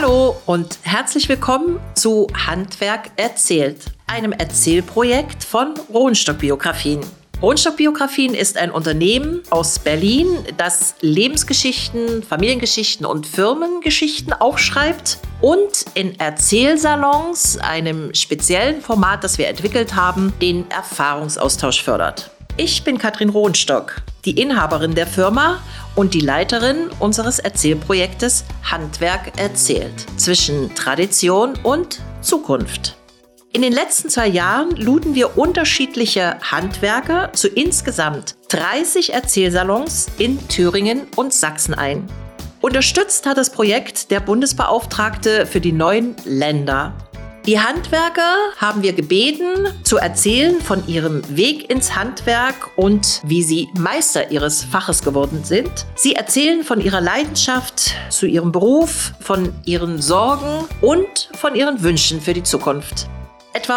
Hallo und herzlich willkommen zu Handwerk erzählt, einem Erzählprojekt von Rohnstock Biografien. Rohnstock Biografien ist ein Unternehmen aus Berlin, das Lebensgeschichten, Familiengeschichten und Firmengeschichten aufschreibt und in Erzählsalons, einem speziellen Format, das wir entwickelt haben, den Erfahrungsaustausch fördert. Ich bin Katrin Rohnstock, die Inhaberin der Firma und die Leiterin unseres Erzählprojektes Handwerk erzählt, zwischen Tradition und Zukunft. In den letzten 2 Jahren luden wir unterschiedliche Handwerker zu insgesamt 30 Erzählsalons in Thüringen und Sachsen ein. Unterstützt hat das Projekt der Bundesbeauftragte für die 9 Länder. Die Handwerker haben wir gebeten, zu erzählen von ihrem Weg ins Handwerk und wie sie Meister ihres Faches geworden sind. Sie erzählen von ihrer Leidenschaft zu ihrem Beruf, von ihren Sorgen und von ihren Wünschen für die Zukunft. Etwa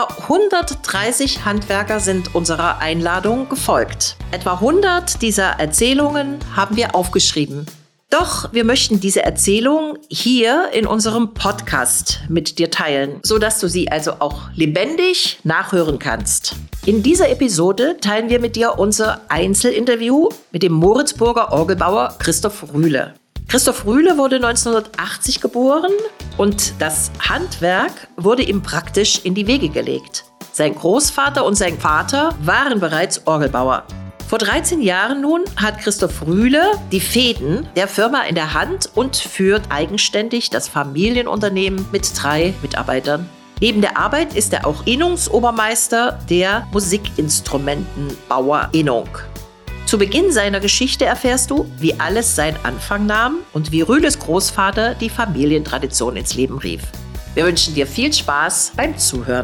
130 Handwerker sind unserer Einladung gefolgt. Etwa 100 dieser Erzählungen haben wir aufgeschrieben. Doch wir möchten diese Erzählung hier in unserem Podcast mit dir teilen, sodass du sie also auch lebendig nachhören kannst. In dieser Episode teilen wir mit dir unser Einzelinterview mit dem Moritzburger Orgelbauer Christoph Rühle. Christoph Rühle wurde 1980 geboren und das Handwerk wurde ihm praktisch in die Wege gelegt. Sein Großvater und sein Vater waren bereits Orgelbauer. Vor 13 Jahren nun hat Christoph Rühle die Fäden der Firma in der Hand und führt eigenständig das Familienunternehmen mit 3 Mitarbeitern. Neben der Arbeit ist er auch Innungsobermeister der Musikinstrumentenbauer Innung. Zu Beginn seiner Geschichte erfährst du, wie alles seinen Anfang nahm und wie Rühles Großvater die Familientradition ins Leben rief. Wir wünschen dir viel Spaß beim Zuhören.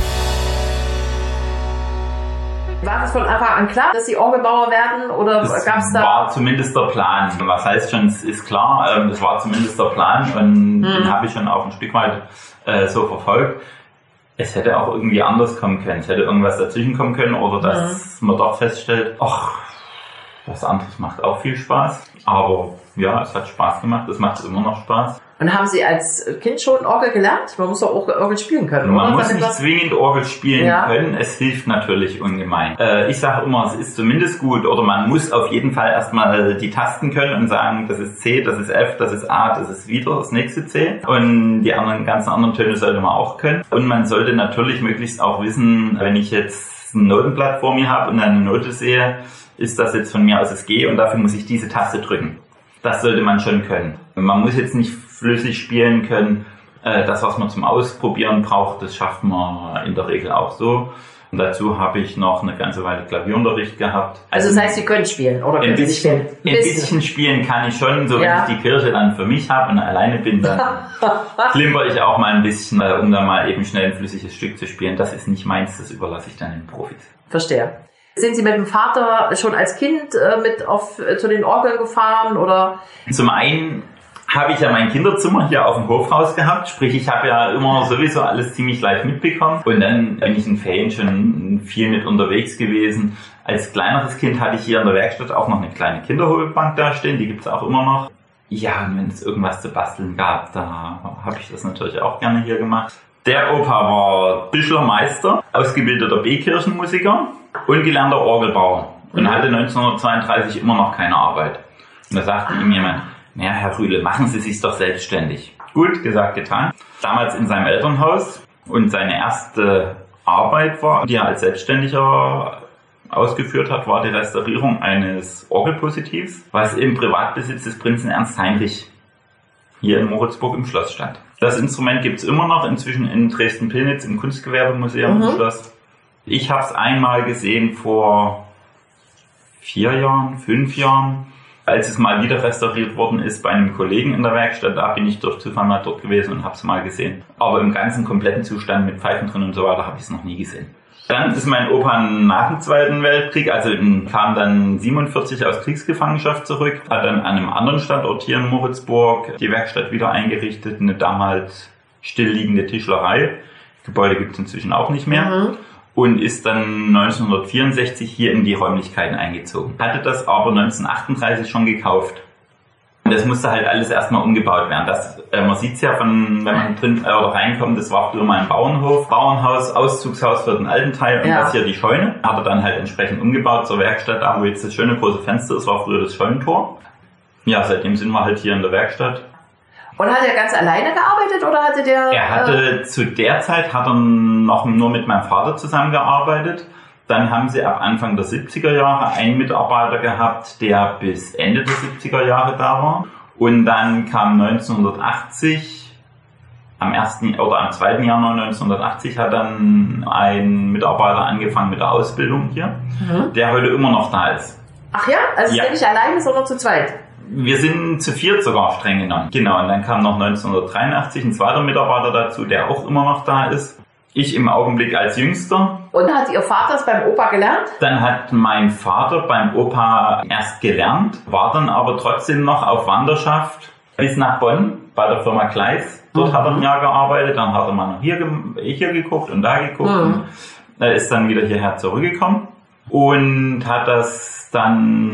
War das von Anfang an klar, dass Sie Orgelbauer werden oder gab es da... Das war zumindest der Plan. Was heißt schon, es ist klar, das war zumindest der Plan und den habe ich schon auch ein Stück weit so verfolgt. Es hätte auch irgendwie anders kommen können. Es hätte irgendwas dazwischen kommen können oder dass man doch feststellt, ach, was anderes macht auch viel Spaß. Aber ja, es hat Spaß gemacht, es macht immer noch Spaß. Und haben Sie als Kind schon Orgel gelernt? Man muss doch auch Orgel spielen können, Man muss nicht zwingend Orgel spielen können, es hilft natürlich ungemein. Ich sage immer, es ist zumindest gut oder man muss auf jeden Fall erstmal die Tasten können und sagen, das ist C, das ist F, das ist A, das ist wieder das nächste C. Und die ganzen anderen Töne sollte man auch können. Und man sollte natürlich möglichst auch wissen, wenn ich jetzt ein Notenblatt vor mir habe und eine Note sehe, ist das jetzt von mir aus das G und dafür muss ich diese Taste drücken. Das sollte man schon können. Man muss jetzt nicht flüssig spielen können. Das, was man zum Ausprobieren braucht, das schafft man in der Regel auch so. Und dazu habe ich noch eine ganze Weile Klavierunterricht gehabt. Also das heißt, Sie können spielen, oder? Ein bisschen spielen kann ich schon. So, wenn ich die Kirche dann für mich habe und alleine bin, dann klimper ich auch mal ein bisschen, um dann mal eben schnell ein flüssiges Stück zu spielen. Das ist nicht meins, das überlasse ich dann den Profis. Verstehe. Sind Sie mit dem Vater schon als Kind zu den Orgeln gefahren, oder? Zum einen habe ich ja mein Kinderzimmer hier auf dem Hofhaus gehabt, sprich ich habe ja immer sowieso alles ziemlich live mitbekommen und dann bin ich in Ferien schon viel mit unterwegs gewesen. Als kleineres Kind hatte ich hier in der Werkstatt auch noch eine kleine Kinderhobelbank da stehen, die gibt's auch immer noch. Ja, und wenn es irgendwas zu basteln gab, da habe ich das natürlich auch gerne hier gemacht. Der Opa war Bischlermeister, ausgebildeter B-Kirchenmusiker und gelernter Orgelbauer und hatte 1932 immer noch keine Arbeit. Und da sagte ihm jemand, naja, Herr Rühle, machen Sie sich doch selbstständig. Gut, gesagt, getan. Damals in seinem Elternhaus und seine erste Arbeit war, die er als Selbstständiger ausgeführt hat, war die Restaurierung eines Orgelpositivs, was im Privatbesitz des Prinzen Ernst Heinrich hier in Moritzburg im Schloss stand. Das Instrument gibt's immer noch, inzwischen in Dresden-Pillnitz im Kunstgewerbemuseum im Schloss. Ich habe es einmal gesehen vor 5 Jahren, als es mal wieder restauriert worden ist bei einem Kollegen in der Werkstatt. Da bin ich durch Zufall mal dort gewesen und habe es mal gesehen. Aber im ganzen kompletten Zustand mit Pfeifen drin und so weiter habe ich es noch nie gesehen. Dann ist mein Opa nach dem Zweiten Weltkrieg, also kam dann 47 aus Kriegsgefangenschaft zurück, hat dann an einem anderen Standort hier in Moritzburg die Werkstatt wieder eingerichtet, eine damals stillliegende Tischlerei. Das Gebäude gibt es inzwischen auch nicht mehr. Und ist dann 1964 hier in die Räumlichkeiten eingezogen. Hatte das aber 1938 schon gekauft. Das musste halt alles erstmal umgebaut werden. Man sieht es ja wenn man drin oder reinkommt, das war früher mal ein Bauernhof, Bauernhaus, Auszugshaus für den alten Teil und das hier die Scheune. Hat er dann halt entsprechend umgebaut zur Werkstatt, da wo jetzt das schöne große Fenster ist, war früher das Scheunentor. Ja, seitdem sind wir halt hier in der Werkstatt. Und hat er ganz alleine gearbeitet oder hatte der... Zu der Zeit hat er noch nur mit meinem Vater zusammengearbeitet. Dann haben sie ab Anfang der 70er Jahre einen Mitarbeiter gehabt, der bis Ende der 70er Jahre da war. Und dann kam 1980, am 2. Januar 1980 hat dann ein Mitarbeiter angefangen mit der Ausbildung hier, der heute immer noch da ist. Ach ja? Also ist der nicht alleine, sondern zu zweit? Wir sind zu viert sogar streng genommen. Genau, und dann kam noch 1983 ein zweiter Mitarbeiter dazu, der auch immer noch da ist. Ich im Augenblick als Jüngster. Und hat Ihr Vater es beim Opa gelernt? Dann hat mein Vater beim Opa erst gelernt, war dann aber trotzdem noch auf Wanderschaft bis nach Bonn bei der Firma Kleis. Dort hat er ein Jahr gearbeitet, dann hat er mal noch hier geguckt und da geguckt. Und er ist dann wieder hierher zurückgekommen und hat das dann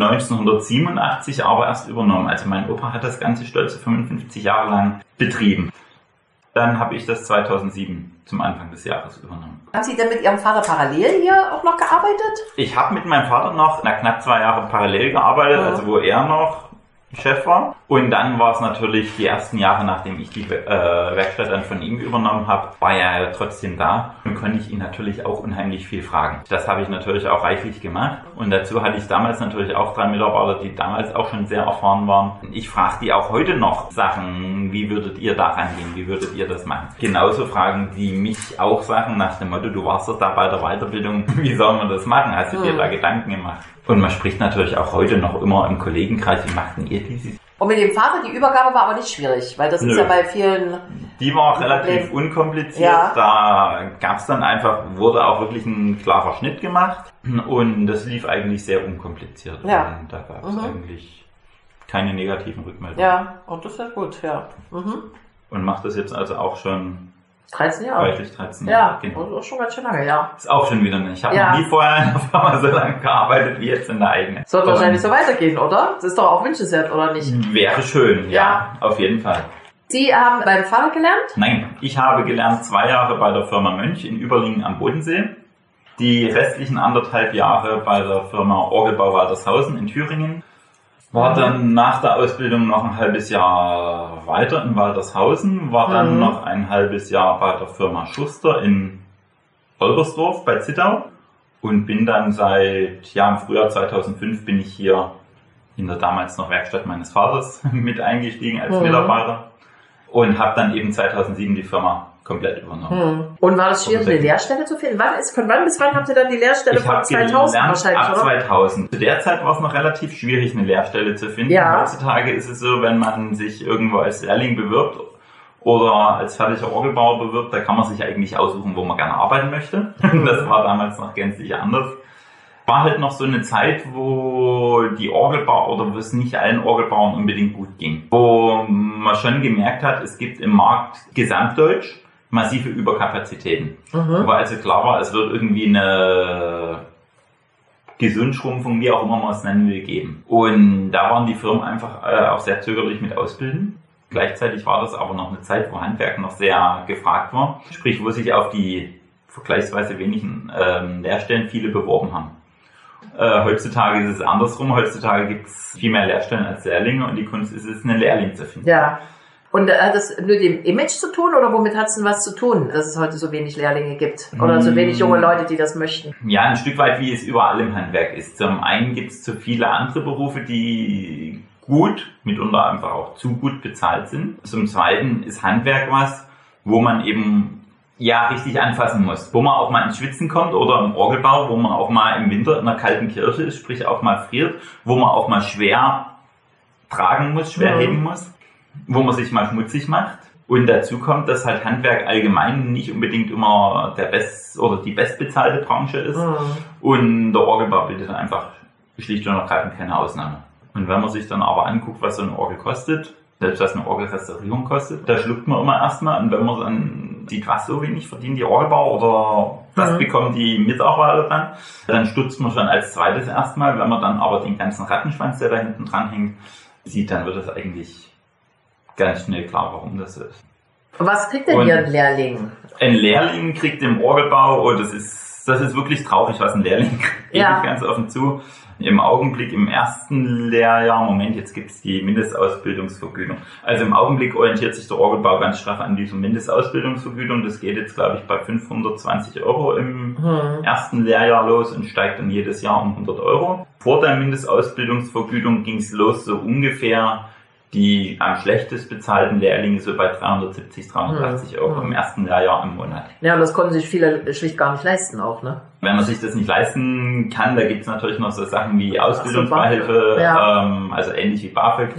1987 aber erst übernommen. Also mein Opa hat das Ganze stolze 55 Jahre lang betrieben. Dann habe ich das 2007 zum Anfang des Jahres übernommen. Haben Sie denn mit Ihrem Vater parallel hier auch noch gearbeitet? Ich habe mit meinem Vater noch knapp 2 Jahre parallel gearbeitet, also wo er noch Chef war. Und dann war es natürlich die ersten Jahre, nachdem ich die Werkstatt dann von ihm übernommen habe, war er ja trotzdem da und konnte ich ihn natürlich auch unheimlich viel fragen. Das habe ich natürlich auch reichlich gemacht und dazu hatte ich damals natürlich auch 3 Mitarbeiter, die damals auch schon sehr erfahren waren. Ich frage die auch heute noch Sachen, wie würdet ihr da rangehen, wie würdet ihr das machen? Genauso fragen die mich auch Sachen nach dem Motto, du warst doch da bei der Weiterbildung, wie soll man das machen? Hast du dir da Gedanken gemacht? Und man spricht natürlich auch heute noch immer im Kollegenkreis, wie machten ihr dieses? Und mit dem Vater, die Übergabe war aber nicht schwierig, weil das ist ja bei vielen... Die war relativ unkompliziert, da gab es dann einfach, wurde auch wirklich ein klarer Schnitt gemacht und das lief eigentlich sehr unkompliziert. Ja. Und da gab es eigentlich keine negativen Rückmeldungen. Ja, und das ist gut, ja. Und macht das jetzt also auch schon... 13 Jahre. Deutlich 13 Jahre. Ja, genau. Das ist schon ganz schön lange, ja. Ist auch schon wieder nicht. Ich habe noch nie vorher in der Firma so lange gearbeitet wie jetzt in der eigenen. Soll wahrscheinlich so weitergehen, oder? Das ist doch auch wünschenswert, oder nicht? Wäre schön, ja, auf jeden Fall. Sie haben beim Pfarrer gelernt? Nein, ich habe gelernt 2 Jahre bei der Firma Mönch in Überlingen am Bodensee. Die restlichen 1,5 Jahre bei der Firma Orgelbau Waltershausen in Thüringen. War dann nach der Ausbildung noch ein halbes Jahr weiter in Waltershausen, war dann noch ein halbes Jahr bei der Firma Schuster in Olbersdorf bei Zittau und bin dann im Frühjahr 2005 bin ich hier in der damals noch Werkstatt meines Vaters mit eingestiegen als Mitarbeiter und habe dann eben 2007 die Firma komplett übernommen. Und war das schwierig, eine Lehrstelle zu finden? Von wann bis wann habt ihr dann die Lehrstelle von 2000 wahrscheinlich, ab 2000. Zu der Zeit war es noch relativ schwierig, eine Lehrstelle zu finden. Ja. Heutzutage ist es so, wenn man sich irgendwo als Lehrling bewirbt oder als fertiger Orgelbauer bewirbt, da kann man sich eigentlich aussuchen, wo man gerne arbeiten möchte. Das war damals noch gänzlich anders. War halt noch so eine Zeit, wo die Orgelbauer oder wo es nicht allen Orgelbauern unbedingt gut ging. Wo man schon gemerkt hat, es gibt im Markt gesamtdeutsch massive Überkapazitäten. Wo also klar war, es wird irgendwie eine Gesundschrumpfung, wie auch immer man es nennen will, geben. Und da waren die Firmen einfach auch sehr zögerlich mit Ausbilden. Gleichzeitig war das aber noch eine Zeit, wo Handwerk noch sehr gefragt war. Sprich, wo sich auf die vergleichsweise wenigen Lehrstellen viele beworben haben. Heutzutage ist es andersrum. Heutzutage gibt es viel mehr Lehrstellen als Lehrlinge und die Kunst ist es, einen Lehrling zu finden. Ja. Und hat das nur dem Image zu tun oder womit hat es denn was zu tun, dass es heute so wenig Lehrlinge gibt? Oder so wenig junge Leute, die das möchten? Ja, ein Stück weit wie es überall im Handwerk ist. Zum einen gibt es zu viele andere Berufe, die gut, mitunter einfach auch zu gut bezahlt sind. Zum zweiten ist Handwerk was, wo man eben richtig anfassen muss. Wo man auch mal ins Schwitzen kommt oder im Orgelbau, wo man auch mal im Winter in einer kalten Kirche ist, sprich auch mal friert, wo man auch mal schwer tragen muss, schwer heben muss, wo man sich mal schmutzig macht. Und dazu kommt, dass halt Handwerk allgemein nicht unbedingt immer die bestbezahlte Branche ist. Und der Orgelbau bildet dann einfach schlicht und ergreifend keine Ausnahme. Und wenn man sich dann aber anguckt, was so eine Orgel kostet, selbst was eine Orgelrestaurierung kostet, da schluckt man immer erstmal. Und wenn man dann sieht, was so wenig verdienen die Orgelbauer oder was bekommen die Mitarbeiter dann stutzt man schon als zweites erstmal. Wenn man dann aber den ganzen Rattenschwanz, der da hinten dran hängt, sieht, dann wird es eigentlich ganz schnell klar, warum das so ist. Was kriegt denn hier ein Lehrling? Ein Lehrling kriegt im Orgelbau, das ist wirklich traurig, was ein Lehrling kriegt, gebe ich ganz offen zu. Im Augenblick im ersten Lehrjahr, jetzt gibt es die Mindestausbildungsvergütung. Also im Augenblick orientiert sich der Orgelbau ganz straff an dieser Mindestausbildungsvergütung. Das geht jetzt, glaube ich, bei 520 € im ersten Lehrjahr los und steigt dann jedes Jahr um 100 €. Vor der Mindestausbildungsvergütung ging es los, so ungefähr die am schlechtest bezahlten Lehrlinge so bei 370, 380 € im ersten Lehrjahr im Monat. Ja, und das konnten sich viele schlicht gar nicht leisten auch, ne? Wenn man sich das nicht leisten kann, da gibt es natürlich noch so Sachen wie Ausbildungsbeihilfe, also ähnlich wie BAföG,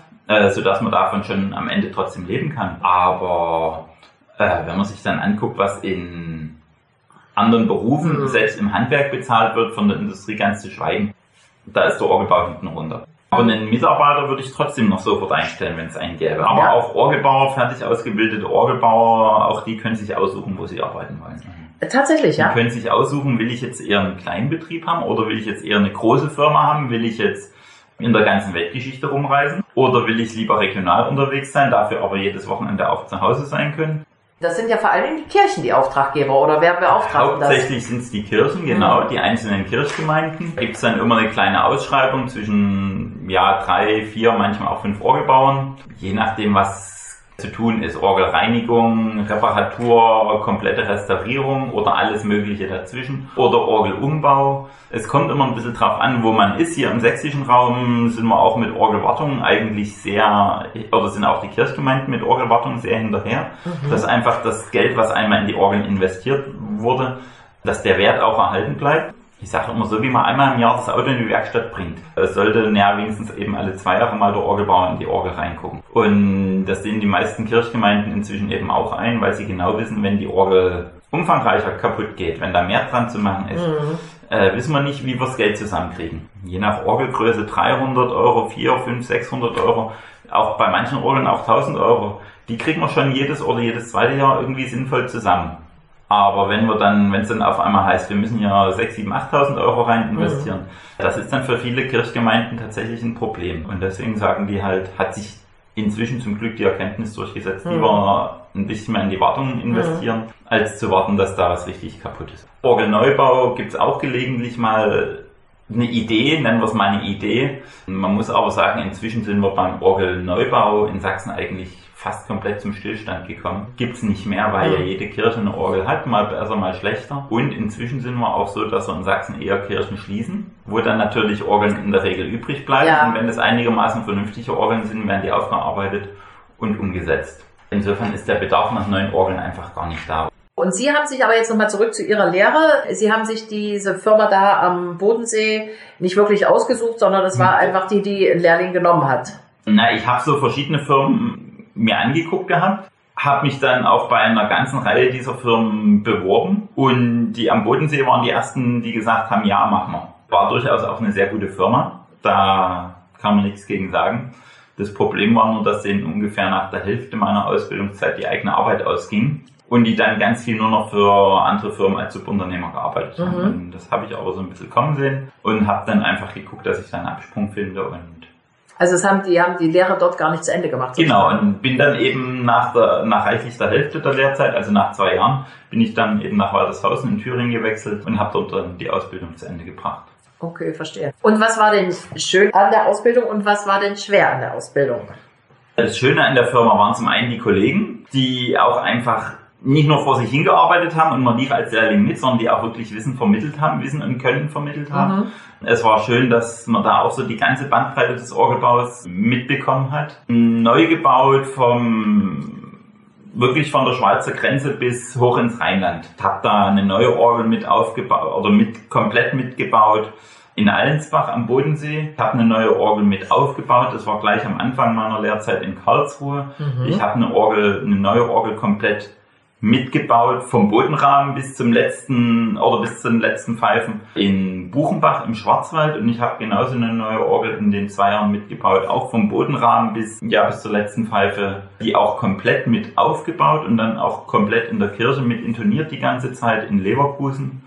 sodass man davon schon am Ende trotzdem leben kann. Aber wenn man sich dann anguckt, was in anderen Berufen, selbst im Handwerk bezahlt wird, von der Industrie ganz zu schweigen, da ist der Orgelbau hinten runter. Aber einen Mitarbeiter würde ich trotzdem noch sofort einstellen, wenn es einen gäbe. Aber auch Orgelbauer, fertig ausgebildete Orgelbauer, auch die können sich aussuchen, wo sie arbeiten wollen. Tatsächlich, ja? Die können sich aussuchen, will ich jetzt eher einen kleinen Betrieb haben oder will ich jetzt eher eine große Firma haben, will ich jetzt in der ganzen Weltgeschichte rumreisen oder will ich lieber regional unterwegs sein, dafür aber jedes Wochenende auch zu Hause sein können. Das sind ja vor allem die Kirchen, die Auftraggeber, oder wer beauftragt das? Hauptsächlich sind es die Kirchen, genau, die einzelnen Kirchgemeinden. Gibt es dann immer eine kleine Ausschreibung zwischen 3, 4, manchmal auch 5 Orgelbauern. Je nachdem, was zu tun ist. Orgelreinigung, Reparatur, komplette Restaurierung oder alles Mögliche dazwischen. Oder Orgelumbau. Es kommt immer ein bisschen drauf an, wo man ist. Hier im sächsischen Raum sind wir auch mit Orgelwartung eigentlich sind auch die Kirchgemeinden mit Orgelwartung sehr hinterher. Dass einfach das Geld, was einmal in die Orgeln investiert wurde, dass der Wert auch erhalten bleibt. Ich sage immer so, wie man einmal im Jahr das Auto in die Werkstatt bringt. Es sollte wenigstens eben alle 2 Jahre mal der Orgelbauer in die Orgel reingucken. Und das sehen die meisten Kirchgemeinden inzwischen eben auch ein, weil sie genau wissen, wenn die Orgel umfangreicher kaputt geht, wenn da mehr dran zu machen ist, wissen wir nicht, wie wir das Geld zusammenkriegen. Je nach Orgelgröße 300 €, 400, 500, 600 €, auch bei manchen Orgeln auch 1000 €. Die kriegen wir schon jedes zweite Jahr irgendwie sinnvoll zusammen. Aber wenn es dann auf einmal heißt, wir müssen ja 6.000, 7.000, 8.000 € rein investieren, das ist dann für viele Kirchgemeinden tatsächlich ein Problem. Und deswegen sagen die halt, hat sich inzwischen zum Glück die Erkenntnis durchgesetzt, lieber ein bisschen mehr in die Wartung investieren, als zu warten, dass da was richtig kaputt ist. Orgelneubau gibt es auch gelegentlich mal eine Idee, nennen wir es mal eine Idee. Man muss aber sagen, inzwischen sind wir beim Orgelneubau in Sachsen eigentlich fast komplett zum Stillstand gekommen. Gibt's nicht mehr, weil ja jede Kirche eine Orgel hat, mal besser, mal schlechter. Und inzwischen sind wir auch so, dass wir in Sachsen eher Kirchen schließen, wo dann natürlich Orgeln in der Regel übrig bleiben. Ja. Und wenn das einigermaßen vernünftige Orgeln sind, werden die aufgearbeitet und umgesetzt. Insofern ist der Bedarf nach neuen Orgeln einfach gar nicht da. Und Sie haben sich aber jetzt nochmal zurück zu Ihrer Lehre. Sie haben sich diese Firma da am Bodensee nicht wirklich ausgesucht, sondern es war einfach die einen Lehrling genommen hat. Ich habe so verschiedene Firmen mir angeguckt gehabt, habe mich dann auch bei einer ganzen Reihe dieser Firmen beworben und die am Bodensee waren die ersten, die gesagt haben, ja, machen wir. War durchaus auch eine sehr gute Firma, da kann man nichts gegen sagen. Das Problem war nur, dass denen ungefähr nach der Hälfte meiner Ausbildungszeit die eigene Arbeit ausging und die dann ganz viel nur noch für andere Firmen als Subunternehmer gearbeitet haben. Und das habe ich aber so ein bisschen kommen sehen und habe dann einfach geguckt, dass ich da einen Absprung finde und also die haben die Lehre dort gar nicht zu Ende gemacht. Genau, und bin dann eben nach reichlich der Hälfte der Lehrzeit, also nach 2 Jahren, bin ich dann eben nach Waltershausen in Thüringen gewechselt und habe dort dann die Ausbildung zu Ende gebracht. Okay, verstehe. Und was war denn schön an der Ausbildung und was war denn schwer an der Ausbildung? Das Schöne an der Firma waren zum einen die Kollegen, die auch einfach nicht nur vor sich hingearbeitet haben und man lief als Lehrling mit, sondern die auch wirklich Wissen und Können vermittelt haben. Es war schön, dass man da auch so die ganze Bandbreite des Orgelbaus mitbekommen hat. Neu gebaut wirklich von der Schweizer Grenze bis hoch ins Rheinland. Ich habe da eine neue Orgel mit aufgebaut oder komplett mitgebaut. In Allensbach am Bodensee. Ich habe eine neue Orgel mit aufgebaut. Das war gleich am Anfang meiner Lehrzeit in Karlsruhe. Ich habe eine neue Orgel komplett mitgebaut, vom Bodenrahmen bis zum letzten Pfeifen in Buchenbach im Schwarzwald und ich habe genauso eine neue Orgel in den 2 Jahren mitgebaut, auch vom Bodenrahmen bis zur letzten Pfeife, die auch komplett mit aufgebaut und dann auch komplett in der Kirche mit intoniert die ganze Zeit in Leverkusen.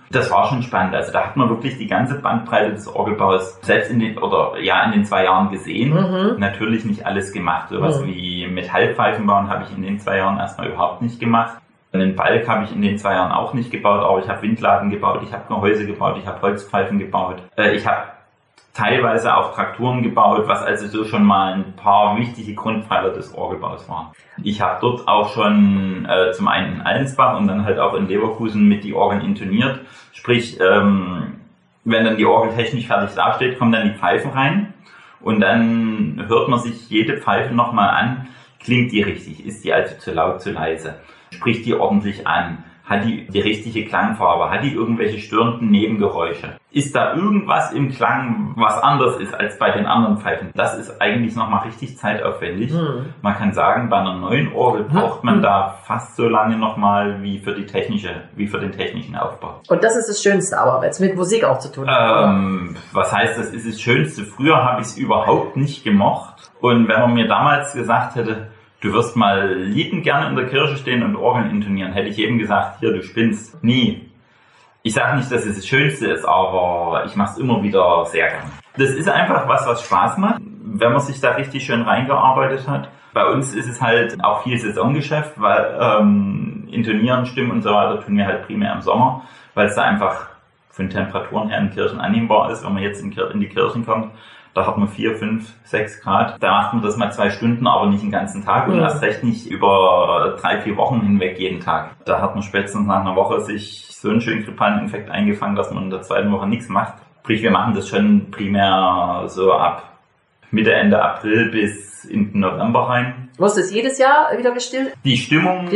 Das war schon spannend. Also da hat man wirklich die ganze Bandbreite des Orgelbaus selbst in den 2 Jahren gesehen. Natürlich nicht alles gemacht. Sowas wie Metallpfeifen bauen habe ich in den 2 Jahren erstmal überhaupt nicht gemacht. Den Balk habe ich in den 2 Jahren auch nicht gebaut, aber ich habe Windladen gebaut, ich habe Gehäuse gebaut, ich habe Holzpfeifen gebaut. Ich habe teilweise auch Trakturen gebaut, was also so schon mal ein paar wichtige Grundpfeiler des Orgelbaus waren. Ich habe dort auch schon zum einen in Allensbach und dann halt auch in Leverkusen mit die Orgeln intoniert. Sprich, wenn dann die Orgel technisch fertig dasteht, kommen dann die Pfeifen rein und dann hört man sich jede Pfeife nochmal an. Klingt die richtig? Ist die also zu laut, zu leise? Spricht die ordentlich an? Hat die richtige Klangfarbe? Hat die irgendwelche störenden Nebengeräusche? Ist da irgendwas im Klang, was anders ist als bei den anderen Pfeifen? Das ist eigentlich nochmal richtig zeitaufwendig. Man kann sagen, bei einer neuen Orgel braucht man da fast so lange nochmal wie für den technischen Aufbau. Und das ist das Schönste aber, weil es mit Musik auch zu tun hat. Was heißt, das ist das Schönste? Früher habe ich es überhaupt nicht gemocht. Und wenn man mir damals gesagt hätte, du wirst mal liebend gerne in der Kirche stehen und Orgeln intonieren, hätte ich eben gesagt, hier, du spinnst. Nie. Ich sage nicht, dass es das Schönste ist, aber ich mache es immer wieder sehr gerne. Das ist einfach was Spaß macht, wenn man sich da richtig schön reingearbeitet hat. Bei uns ist es halt auch viel Saisongeschäft, weil Intonieren, Stimmen und so weiter tun wir halt primär im Sommer, weil es da einfach von Temperaturen her in Kirchen annehmbar ist, wenn man jetzt in die Kirchen kommt. Da hat man 4, 5, 6 Grad. Da macht man das mal 2 Stunden, aber nicht den ganzen Tag und erst recht nicht über 3, 4 Wochen hinweg jeden Tag. Da hat man spätestens nach einer Woche sich so einen schönen grippalen Infekt eingefangen, dass man in der 2. Woche nichts macht. Sprich, wir machen das schon primär so ab Mitte, Ende April bis in den November rein. Muss das jedes Jahr wieder gestimmt? Die Stimmung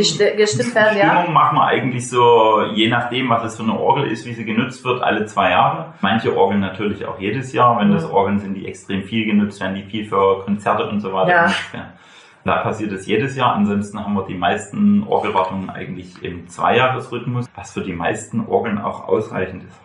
machen wir eigentlich so, je nachdem, was es für eine Orgel ist, wie sie genutzt wird, alle 2 Jahre. Manche Orgeln natürlich auch jedes Jahr. Wenn das Orgeln sind, die extrem viel genutzt werden, die viel für Konzerte und so weiter genutzt werden. Da passiert es jedes Jahr. Ansonsten haben wir die meisten Orgelwartungen eigentlich im 2-Jahres-Rhythmus, was für die meisten Orgeln auch ausreichend ist.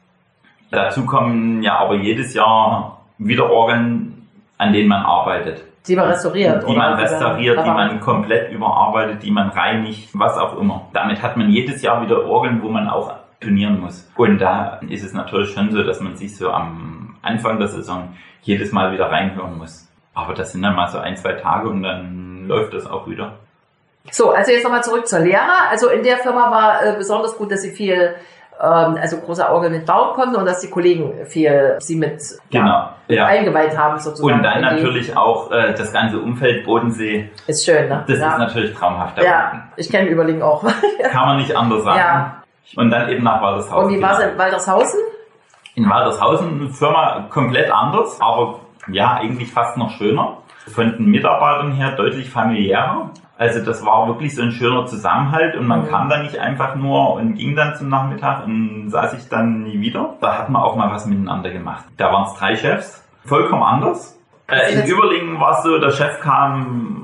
Dazu kommen ja aber jedes Jahr wieder Orgeln, an denen man arbeitet. Die man restauriert. Die man restauriert, die man komplett überarbeitet, die man reinigt, was auch immer. Damit hat man jedes Jahr wieder Orgeln, wo man auch turnieren muss. Und da ist es natürlich schon so, dass man sich so am Anfang der Saison jedes Mal wieder reinhören muss. Aber das sind dann mal so 1, 2 Tage und dann läuft das auch wieder. So, also jetzt nochmal zurück zur Lehre. Also in der Firma war besonders gut, dass Sie viel große Orgel mit bauen konnten und dass die Kollegen sie mit eingeweiht haben sozusagen. Und dann natürlich auch das ganze Umfeld Bodensee. Ist schön, ne? Das ist natürlich traumhaft. Ich kenne Überlingen auch. Kann man nicht anders sagen. Ja. Und dann eben nach Waltershausen. Und wie war es in Waltershausen? In Waltershausen eine Firma komplett anders, aber ja, eigentlich fast noch schöner. Von den Mitarbeitern her deutlich familiärer. Also das war wirklich so ein schöner Zusammenhalt und man kam da nicht einfach nur und ging dann zum Nachmittag und sah sich dann nie wieder. Da hat man auch mal was miteinander gemacht. Da waren es 3 Chefs, vollkommen anders. In Überlingen war es so, der Chef kam,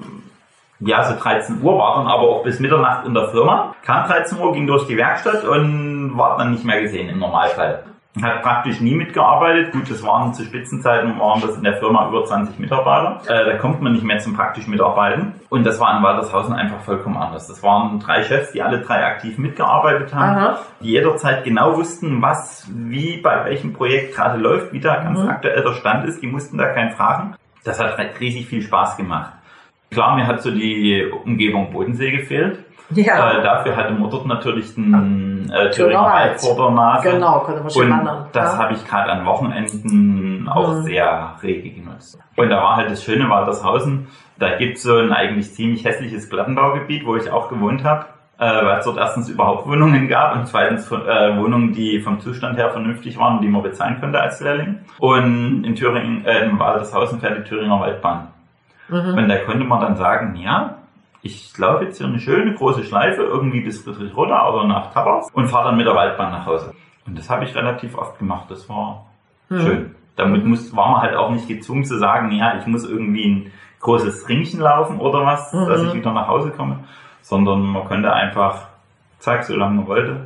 so 13 Uhr, war dann aber auch bis Mitternacht in der Firma. Kam 13 Uhr, ging durch die Werkstatt und war dann nicht mehr gesehen im Normalfall. Hat praktisch nie mitgearbeitet. Gut, das waren zu Spitzenzeiten, waren das in der Firma über 20 Mitarbeiter. Da kommt man nicht mehr zum praktisch Mitarbeiten. Und das war in Waltershausen einfach vollkommen anders. Das waren 3 Chefs, die alle 3 aktiv mitgearbeitet haben, die jederzeit genau wussten, was, wie, bei welchem Projekt gerade läuft, wie da ganz aktuell der Stand ist. Die mussten da keinen fragen. Das hat riesig viel Spaß gemacht. Klar, mir hat so die Umgebung Bodensee gefehlt. Ja. Dafür hatte man dort natürlich den Thüringer Wald vor der Nase. Genau, konnte man schon wandern. Das habe ich gerade an Wochenenden auch sehr rege genutzt. Und da war halt das Schöne Waltershausen, da gibt es so ein eigentlich ziemlich hässliches Plattenbaugebiet, wo ich auch gewohnt habe, weil es dort erstens überhaupt Wohnungen gab und zweitens Wohnungen, die vom Zustand her vernünftig waren und die man bezahlen konnte als Lehrling. Und in Thüringen, in Waltershausen fährt die Thüringer Waldbahn. Und da konnte man dann sagen, ja, ich laufe jetzt hier eine schöne große Schleife irgendwie bis Friedrichroda oder nach Tabbers und fahre dann mit der Waldbahn nach Hause. Und das habe ich relativ oft gemacht. Das war schön. Damit war man halt auch nicht gezwungen zu sagen, ja, ich muss irgendwie ein großes Ringchen laufen oder was, dass ich wieder nach Hause komme. Sondern man konnte einfach, zack, so lange man wollte.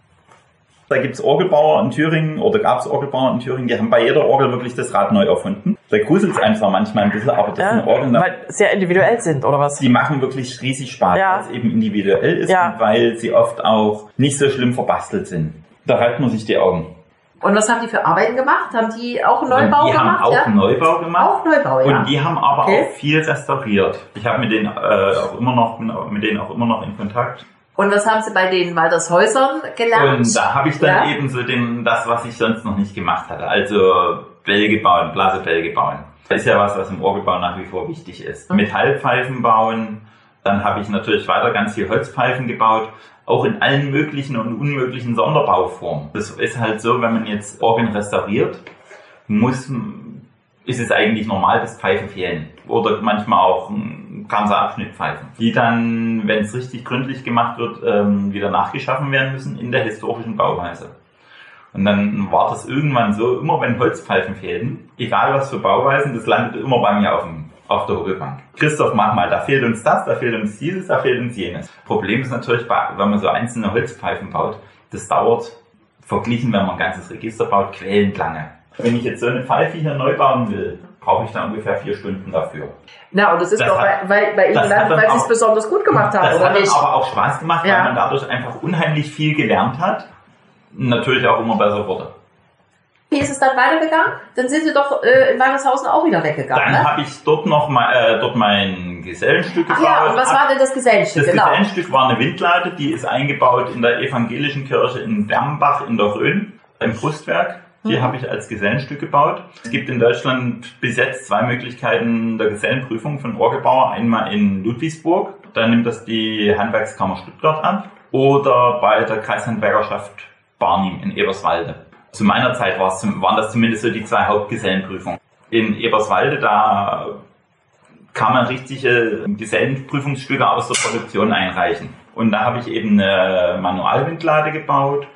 Da gibt's Orgelbauer in Thüringen, oder gab's Orgelbauer in Thüringen, die haben bei jeder Orgel wirklich das Rad neu erfunden. Da gruselt's einfach manchmal ein bisschen, aber das sind Orgeln, weil sehr individuell sind, oder was? Die machen wirklich riesig Spaß, weil es eben individuell ist und weil sie oft auch nicht so schlimm verbastelt sind. Da reibt man sich die Augen. Und was haben die für Arbeiten gemacht? Haben die auch einen Neubau gemacht? Die haben auch Neubau gemacht. Auch Neubau, ja. Und die haben aber auch viel restauriert. Ich habe mit denen auch immer noch in Kontakt. Und was haben Sie bei den Waltershäusern gelernt? Und da habe ich dann eben so das, was ich sonst noch nicht gemacht hatte. Also Bälge bauen, Blasebälge bauen. Das ist ja was im Orgelbau nach wie vor wichtig ist. Metallpfeifen bauen. Dann habe ich natürlich weiter ganz viel Holzpfeifen gebaut. Auch in allen möglichen und unmöglichen Sonderbauformen. Das ist halt so, wenn man jetzt Orgeln restauriert, ist es eigentlich normal, dass Pfeifen fehlen. Oder manchmal auch ganze Abschnittpfeifen, die dann, wenn es richtig gründlich gemacht wird, wieder nachgeschaffen werden müssen in der historischen Bauweise. Und dann war das irgendwann so, immer wenn Holzpfeifen fehlten, egal was für Bauweisen, das landete immer bei mir auf der Hobelbank. Christoph, mach mal, da fehlt uns das, da fehlt uns dieses, da fehlt uns jenes. Problem ist natürlich, wenn man so einzelne Holzpfeifen baut, das dauert, verglichen, wenn man ein ganzes Register baut, quälend lange. Wenn ich jetzt so eine Pfeife hier neu bauen will, brauche ich dann ungefähr 4 Stunden dafür. Na, und das ist doch bei Ihnen, weil Sie es besonders gut gemacht haben, oder nicht? Das hat aber auch Spaß gemacht, weil man dadurch einfach unheimlich viel gelernt hat. Natürlich auch immer besser wurde. Wie ist es dann weitergegangen? Dann sind Sie doch in Waltershausen auch wieder weggegangen. Dann habe ich dort noch dort mein Gesellenstück gebaut. Ja, und was war denn das Gesellenstück? Das Gesellenstück war eine Windlade, die ist eingebaut in der evangelischen Kirche in Dernbach in der Rhön, im Brustwerk. Die habe ich als Gesellenstück gebaut. Es gibt in Deutschland bis jetzt 2 Möglichkeiten der Gesellenprüfung von Orgelbauer. Einmal in Ludwigsburg, da nimmt das die Handwerkskammer Stuttgart ab. Oder bei der Kreishandwerkerschaft Barnim in Eberswalde. Zu meiner Zeit waren das zumindest so die 2 Hauptgesellenprüfungen. In Eberswalde, da kann man richtige Gesellenprüfungsstücke aus der Produktion einreichen. Und da habe ich eben eine Manualwindlade gebaut,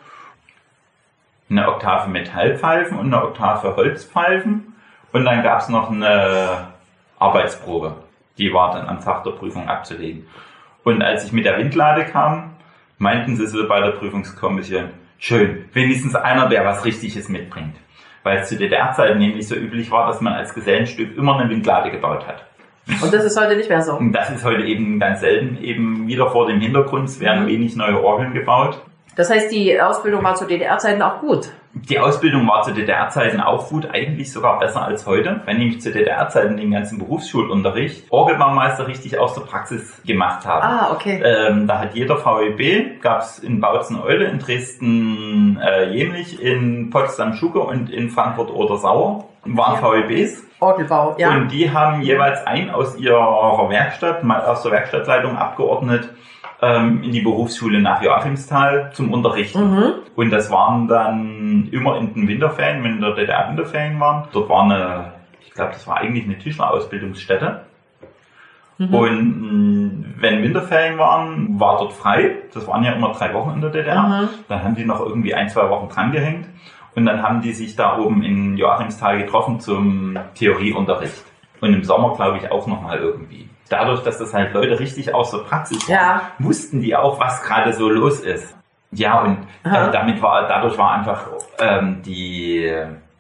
eine Oktave Metallpfeifen und eine Oktave Holzpfeifen. Und dann gab es noch eine Arbeitsprobe. Die war dann am Tag der Prüfung abzulegen. Und als ich mit der Windlade kam, meinten sie so bei der Prüfungskommission, schön, wenigstens einer, der was Richtiges mitbringt. Weil es zu DDR-Zeiten nämlich so üblich war, dass man als Gesellenstück immer eine Windlade gebaut hat. Und das ist heute nicht mehr so? Und das ist heute eben ganz selten, eben wieder vor dem Hintergrund, es werden wenig neue Orgeln gebaut. Das heißt, die Ausbildung war zu DDR-Zeiten auch gut? Die Ausbildung war zu DDR-Zeiten auch gut, eigentlich sogar besser als heute. Wenn nämlich zu DDR-Zeiten den ganzen Berufsschulunterricht Orgelbaumeister richtig aus der Praxis gemacht haben. Ah, okay. Da hat jeder VEB, gab es in Bautzen-Eule, in Dresden-Jemlich, in Potsdam-Schucke und in Frankfurt-Oder-Sauer waren VEBs. Orgelbau, ja. Und die haben jeweils einen aus ihrer Werkstatt, mal aus der Werkstattleitung abgeordnet, in die Berufsschule nach Joachimsthal zum Unterrichten. Und das waren dann immer in den Winterferien, wenn in der DDR Winterferien waren. Dort war ich glaube, das war eigentlich eine Tischlerausbildungsstätte. Und wenn Winterferien waren, war dort frei. Das waren ja immer 3 Wochen in der DDR. Dann haben die noch irgendwie 1-2 Wochen drangehängt. Und dann haben die sich da oben in Joachimsthal getroffen zum Theorieunterricht. Und im Sommer, glaube ich, auch nochmal irgendwie. Dadurch, dass das halt Leute richtig aus der Praxis waren, wussten die auch, was gerade so los ist. Ja, und dadurch war einfach die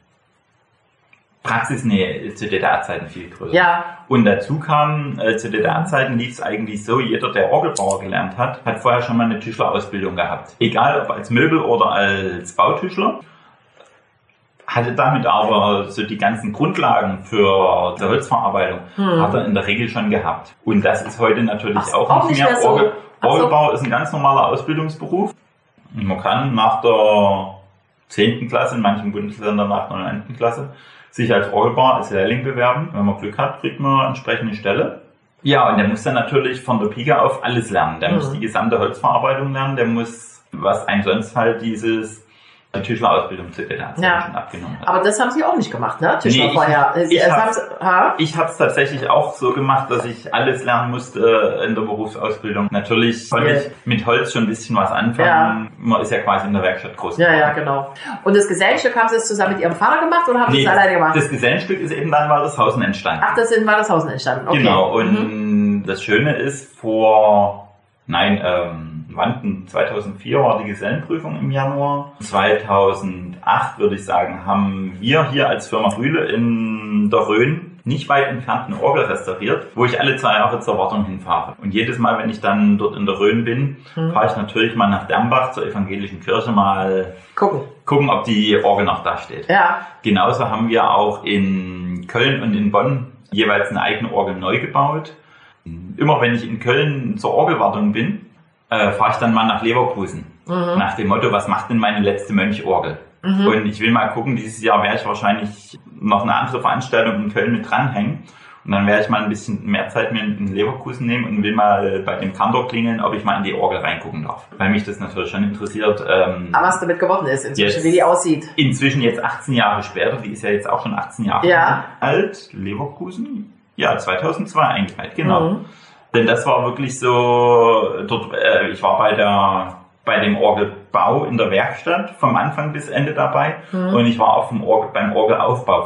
Praxisnähe zu DDR-Zeiten viel größer. Ja. Und dazu kam, zu DDR-Zeiten lief es eigentlich so, jeder, der Orgelbauer gelernt hat, hat vorher schon mal eine Tischlerausbildung gehabt. Egal, ob als Möbel- oder als Bautischler. Hatte damit aber so die ganzen Grundlagen für die Holzverarbeitung hat er in der Regel schon gehabt. Und das ist heute natürlich auch nicht mehr. So. Orgelbau ist ein ganz normaler Ausbildungsberuf. Und man kann nach der 10. Klasse, in manchen Bundesländern nach der 9. Klasse, sich als Orgelbauer als Lehrling bewerben. Wenn man Glück hat, kriegt man eine entsprechende Stelle. Ja, und der muss dann natürlich von der Pike auf alles lernen. Der muss die gesamte Holzverarbeitung lernen. Der muss, was einem sonst halt die Tischlerausbildung zu DDR-Zeiten schon abgenommen hat. Aber das haben Sie auch nicht gemacht, ne? Tischler vorher. Ich habe es tatsächlich auch so gemacht, dass ich alles lernen musste in der Berufsausbildung. Natürlich konnte ich mit Holz schon ein bisschen was anfangen. Ja. Man ist ja quasi in der Werkstatt groß geworden. Ja, genau. Und das Gesellenstück, haben Sie es zusammen mit Ihrem Vater gemacht oder haben Sie es alleine gemacht? Das Gesellenstück ist eben dann in Waltershausen entstanden. Ach, das ist in Waltershausen entstanden, okay. Genau, und das Schöne ist, 2004 war die Gesellenprüfung im Januar. 2008, würde ich sagen, haben wir hier als Firma Rühle in der Rhön nicht weit entfernt eine Orgel restauriert, wo ich alle 2 Jahre zur Wartung hinfahre. Und jedes Mal, wenn ich dann dort in der Rhön bin, fahre ich natürlich mal nach Dernbach zur evangelischen Kirche mal gucken, ob die Orgel noch da steht. Ja. Genauso haben wir auch in Köln und in Bonn jeweils eine eigene Orgel neu gebaut. Immer wenn ich in Köln zur Orgelwartung bin, fahre ich dann mal nach Leverkusen. Nach dem Motto, was macht denn meine letzte Mönchorgel? Und ich will mal gucken, dieses Jahr werde ich wahrscheinlich noch eine andere Veranstaltung in Köln mit dranhängen. Und dann werde ich mal ein bisschen mehr Zeit mir in Leverkusen nehmen und will mal bei dem Kantor klingeln, ob ich mal in die Orgel reingucken darf. Weil mich das natürlich schon interessiert. Aber was damit geworden ist inzwischen, wie die aussieht. Inzwischen jetzt 18 Jahre später, die ist ja jetzt auch schon 18 Jahre alt. Leverkusen, ja, 2002 eingeweiht, genau. Denn das war wirklich so, dort, ich war bei dem Orgelbau in der Werkstatt vom Anfang bis Ende dabei und ich war auch beim Orgelaufbau,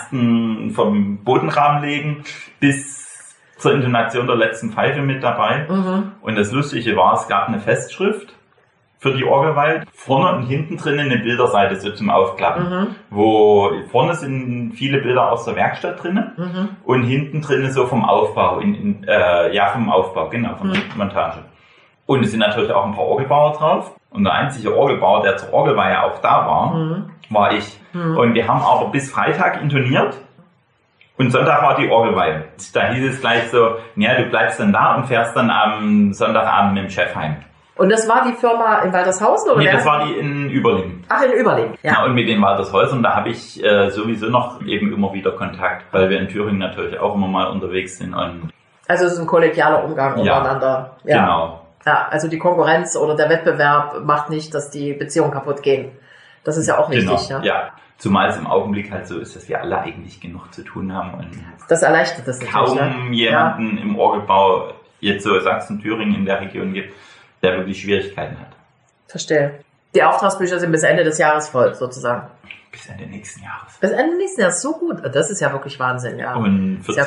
vom Bodenrahmenlegen bis zur Intonation der letzten Pfeife mit dabei. Und das Lustige war, es gab eine Festschrift für die Orgelweih, vorne und hinten drinnen eine Bilderseite so zum Aufklappen, wo vorne sind viele Bilder aus der Werkstatt drinnen und hinten drinnen so vom Aufbau, vom Aufbau, genau, von der Montage. Und es sind natürlich auch ein paar Orgelbauer drauf. Und der einzige Orgelbauer, der zur Orgelweihe auch da war, war ich. Und wir haben aber bis Freitag intoniert. Und Sonntag war die Orgelweihe. Da hieß es gleich so, ja, du bleibst dann da und fährst dann am Sonntagabend mit dem Chef heim. Und das war die Firma in Waltershausen? Oder? Nee, das war die in Überlingen. Ach, in Überlingen, ja. Ja, und mit den Waltershäusern, da habe ich sowieso noch eben immer wieder Kontakt, weil wir in Thüringen natürlich auch immer mal unterwegs sind. Und also es ist ein kollegialer Umgang untereinander. Ja, genau. Ja, also die Konkurrenz oder der Wettbewerb macht nicht, dass die Beziehungen kaputt gehen. Das ist ja auch wichtig. Genau, ja. Zumal es im Augenblick halt so ist, dass wir alle eigentlich genug zu tun haben. Und das erleichtert das natürlich. Kaum jemanden im Orgelbau, jetzt so Sachsen-Thüringen in der Region gibt, der wirklich Schwierigkeiten hat. Verstehe. Die Auftragsbücher sind bis Ende des Jahres voll, sozusagen. Bis Ende nächsten Jahres. Bis Ende nächsten Jahres, so gut. Das ist ja wirklich Wahnsinn, ja. Und für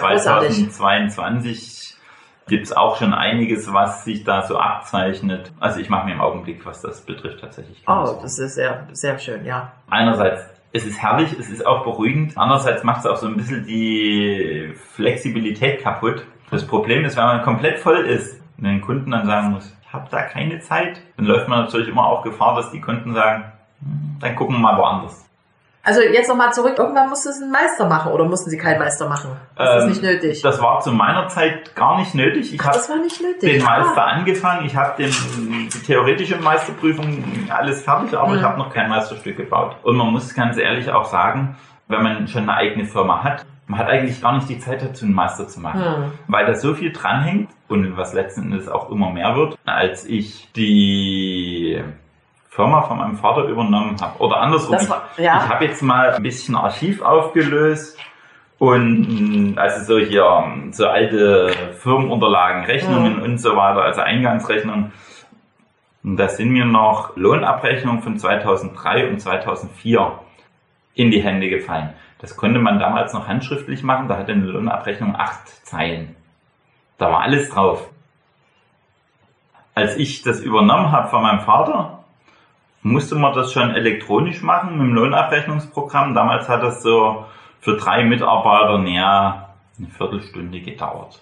2022 gibt es auch schon einiges, was sich da so abzeichnet. Also ich mache mir im Augenblick, was das betrifft, tatsächlich. Das ist sehr, sehr schön, ja. Einerseits, es ist herrlich, es ist auch beruhigend. Andererseits macht es auch so ein bisschen die Flexibilität kaputt. Das Problem ist, wenn man komplett voll ist und den Kunden dann sagen muss, ich habe da keine Zeit, dann läuft man natürlich immer auch Gefahr, dass die Kunden sagen, dann gucken wir mal woanders. Also jetzt nochmal zurück, irgendwann musste es ein Meister machen oder mussten Sie keinen Meister machen? Das ist nicht nötig. Das war zu meiner Zeit gar nicht nötig. Das war nicht nötig. Den Meister angefangen, ich habe die theoretische Meisterprüfung alles fertig, aber ich habe noch kein Meisterstück gebaut. Und man muss ganz ehrlich auch sagen, wenn man schon eine eigene Firma hat, man hat eigentlich gar nicht die Zeit dazu, einen Meister zu machen. Weil da so viel dranhängt und was letzten Endes auch immer mehr wird, als ich die Firma von meinem Vater übernommen habe. Oder andersrum, ich habe jetzt mal ein bisschen Archiv aufgelöst und also so alte Firmenunterlagen, Rechnungen und so weiter, also Eingangsrechnungen. Und da sind mir noch Lohnabrechnungen von 2003 und 2004 in die Hände gefallen. Das konnte man damals noch handschriftlich machen, da hatte eine Lohnabrechnung 8 Zeilen. Da war alles drauf. Als ich das übernommen habe von meinem Vater, musste man das schon elektronisch machen mit dem Lohnabrechnungsprogramm. Damals hat das so für 3 Mitarbeiter eine Viertelstunde gedauert.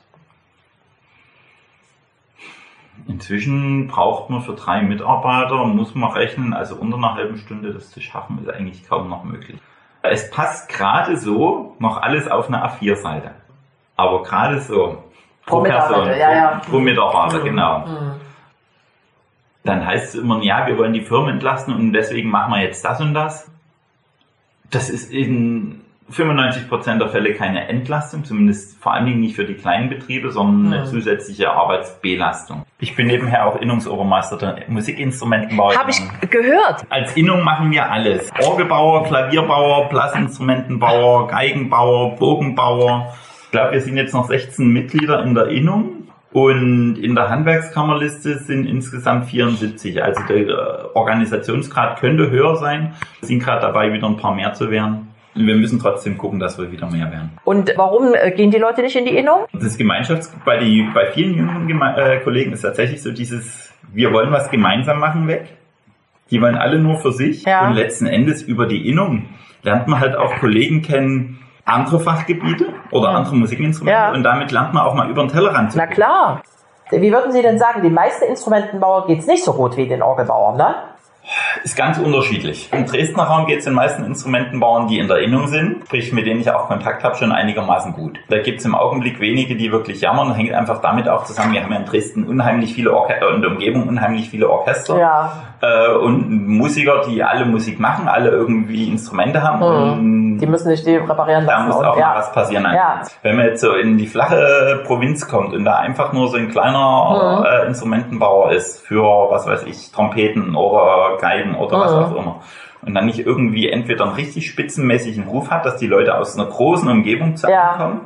Inzwischen braucht man für 3 Mitarbeiter, muss man rechnen, also unter einer halben Stunde das zu schaffen, ist eigentlich kaum noch möglich. Es passt gerade so noch alles auf eine A4-Seite. Aber gerade so pro Person, pro Mitarbeiter, genau. Dann heißt es immer, ja, wir wollen die Firmen entlasten und deswegen machen wir jetzt das und das. Das ist in 95% der Fälle keine Entlastung, zumindest vor allen Dingen nicht für die kleinen Betriebe, sondern eine zusätzliche Arbeitsbelastung. Ich bin nebenher auch Innungsobermeister der Musikinstrumentenbauer. Habe ich gehört. Als Innung machen wir alles. Orgelbauer, Klavierbauer, Blasinstrumentenbauer, Geigenbauer, Bogenbauer. Ich glaube, wir sind jetzt noch 16 Mitglieder in der Innung. Und in der Handwerkskammerliste sind insgesamt 74. Also der Organisationsgrad könnte höher sein. Wir sind gerade dabei, wieder ein paar mehr zu werden. Und wir müssen trotzdem gucken, dass wir wieder mehr werden. Und warum gehen die Leute nicht in die Innung? Das bei vielen jüngeren Kollegen ist tatsächlich so dieses, wir wollen was gemeinsam machen weg. Die wollen alle nur für sich. Ja. Und letzten Endes über die Innung lernt man halt auch Kollegen kennen, andere Fachgebiete oder andere Musikinstrumente und damit lernt man auch mal über den Tellerrand zu gucken. Na klar. Wie würden Sie denn sagen, den meisten Instrumentenbauern geht es nicht so gut wie den Orgelbauern, ne? Ist ganz unterschiedlich. Im Dresdner Raum geht es den meisten Instrumentenbauern, die in der Innung sind, sprich mit denen ich auch Kontakt habe, schon einigermaßen gut. Da gibt es im Augenblick wenige, die wirklich jammern. Das hängt einfach damit auch zusammen, wir haben ja in Dresden unheimlich viele in der Umgebung unheimlich viele Orchester und Musiker, die alle Musik machen, alle irgendwie Instrumente haben. Und die müssen nicht die reparieren lassen. Da muss auch mal was passieren. Wenn man jetzt so in die flache Provinz kommt und da einfach nur so ein kleiner Instrumentenbauer ist für, was weiß ich, Trompeten oder Geigen oder was auch immer. Und dann nicht irgendwie entweder einen richtig spitzenmäßigen Ruf hat, dass die Leute aus einer großen Umgebung zusammenkommen,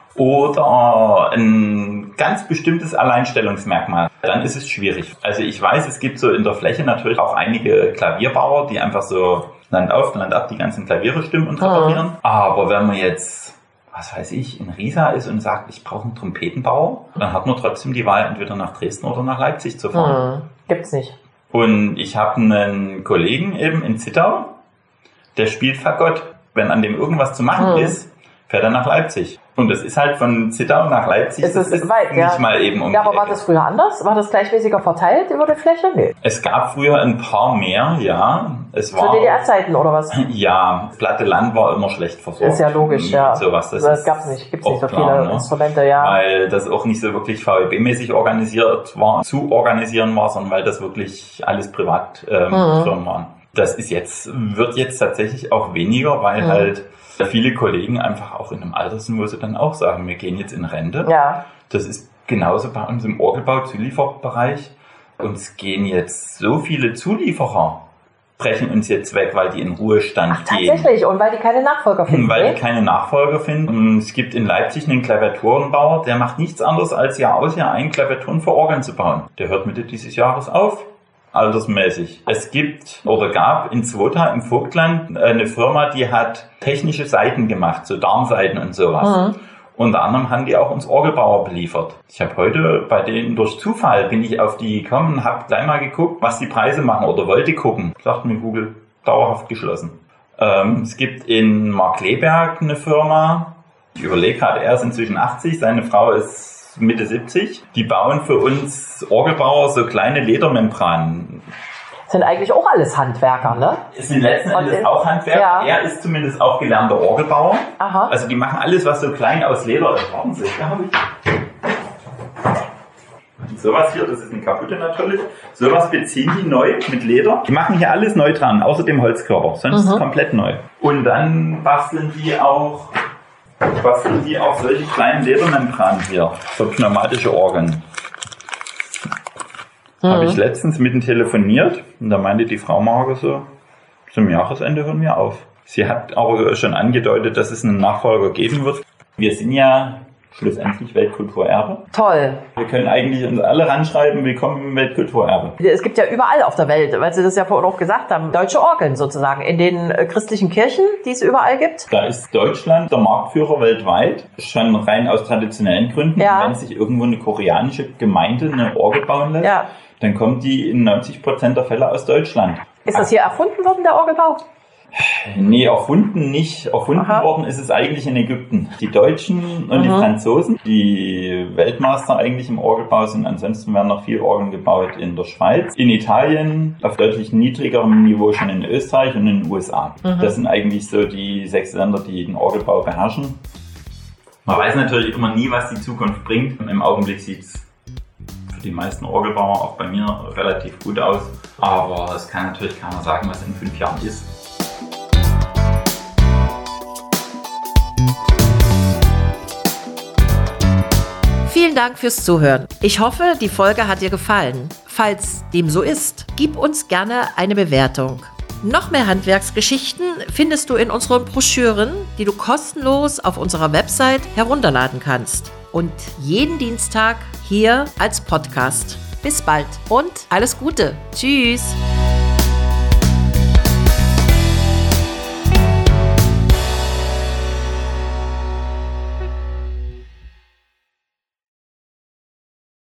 oder ein ganz bestimmtes Alleinstellungsmerkmal, dann ist es schwierig. Also ich weiß, es gibt so in der Fläche natürlich auch einige Klavierbauer, die einfach so Land auf, Land ab die ganzen Klaviere stimmen und reparieren. Aber wenn man jetzt, was weiß ich, in Riesa ist und sagt, ich brauche einen Trompetenbauer, dann hat man trotzdem die Wahl, entweder nach Dresden oder nach Leipzig zu fahren. Gibt's nicht. Und ich habe einen Kollegen eben in Zittau, der spielt Fagott. Wenn an dem irgendwas zu machen ist, fährt er nach Leipzig. Und das ist halt von Zittau nach Leipzig, das ist weit, nicht mal eben um die aber war Ecke. das früher anders? War das gleichmäßiger verteilt über die Fläche? Nee. Es gab früher ein paar mehr, Es war zu DDR-Zeiten oder was? Ja, das platte Land war immer schlecht versorgt. Ist ja logisch, ja. Sowas, das gab's nicht. Gibt's nicht so viele Instrumente, Weil das auch nicht so wirklich VEB-mäßig zu organisieren war, sondern weil das wirklich alles Privatfirmen waren. Das wird jetzt tatsächlich auch weniger, weil halt viele Kollegen einfach auch in einem Alter sind, wo sie dann auch sagen, wir gehen jetzt in Rente. Ja. Das ist genauso bei uns im Orgelbau-Zulieferbereich. Uns gehen jetzt so viele Zulieferer, brechen uns jetzt weg, weil die in Ruhestand gehen. Tatsächlich, und weil die keine Nachfolger finden. Weil die keine Nachfolger finden. Und es gibt in Leipzig einen Klaviaturenbauer, der macht nichts anderes als Jahr aus, Jahr ein Klaviaturen für Orgeln zu bauen. Der hört Mitte dieses Jahres auf. Altersmäßig. Es gab in Zwota im Vogtland eine Firma, die hat technische Saiten gemacht, so Darmsaiten und sowas. Unter anderem haben die auch uns Orgelbauer beliefert. Ich habe heute bei denen durch Zufall bin ich auf die gekommen und habe gleich mal geguckt, was die Preise machen oder wollte gucken. Sagt mir Google, dauerhaft geschlossen. Es gibt in Markleberg eine Firma, ich überlege gerade, er ist inzwischen 80, seine Frau ist Mitte 70. Die bauen für uns Orgelbauer so kleine Ledermembranen. Sind eigentlich auch alles Handwerker, ne? Sind letzten Endes auch Handwerker. Ja. Er ist zumindest auch gelernter Orgelbauer. Aha. Also die machen alles, was so klein aus Leder ist. Warten Sie, da habe ich. Sowas hier, das ist eine kaputte natürlich. Sowas beziehen die neu mit Leder. Die machen hier alles neu dran, außer dem Holzkörper. Sonst ist es komplett neu. Und dann basteln die auch solche kleinen Ledermembranen hier für pneumatische Orgeln. Habe ich letztens mit ihm telefoniert und da meinte die Frau Marge so, zum Jahresende hören wir auf. Sie hat aber schon angedeutet, dass es einen Nachfolger geben wird. Wir sind ja schlussendlich Weltkulturerbe. Toll. Wir können eigentlich uns alle ranschreiben, willkommen im Weltkulturerbe. Es gibt ja überall auf der Welt, weil Sie das ja vorhin auch gesagt haben, deutsche Orgeln sozusagen, in den christlichen Kirchen, die es überall gibt. Da ist Deutschland der Marktführer weltweit, schon rein aus traditionellen Gründen. Ja. Wenn sich irgendwo eine koreanische Gemeinde eine Orgel bauen lässt, dann kommt die in 90% der Fälle aus Deutschland. Ist das hier erfunden worden, der Orgelbau? Nee, erfunden nicht. Erfunden worden ist es eigentlich in Ägypten. Die Deutschen und die Franzosen, die Weltmeister eigentlich im Orgelbau sind. Ansonsten werden noch viele Orgeln gebaut in der Schweiz, in Italien, auf deutlich niedrigerem Niveau schon in Österreich und in den USA. Das sind eigentlich so die 6 Länder, die den Orgelbau beherrschen. Man weiß natürlich immer nie, was die Zukunft bringt. Im Augenblick sieht es für die meisten Orgelbauer, auch bei mir, relativ gut aus. Aber es kann natürlich keiner sagen, was in 5 Jahren ist. Vielen Dank fürs Zuhören. Ich hoffe, die Folge hat dir gefallen. Falls dem so ist, gib uns gerne eine Bewertung. Noch mehr Handwerksgeschichten findest du in unseren Broschüren, die du kostenlos auf unserer Website herunterladen kannst. Und jeden Dienstag hier als Podcast. Bis bald und alles Gute. Tschüss.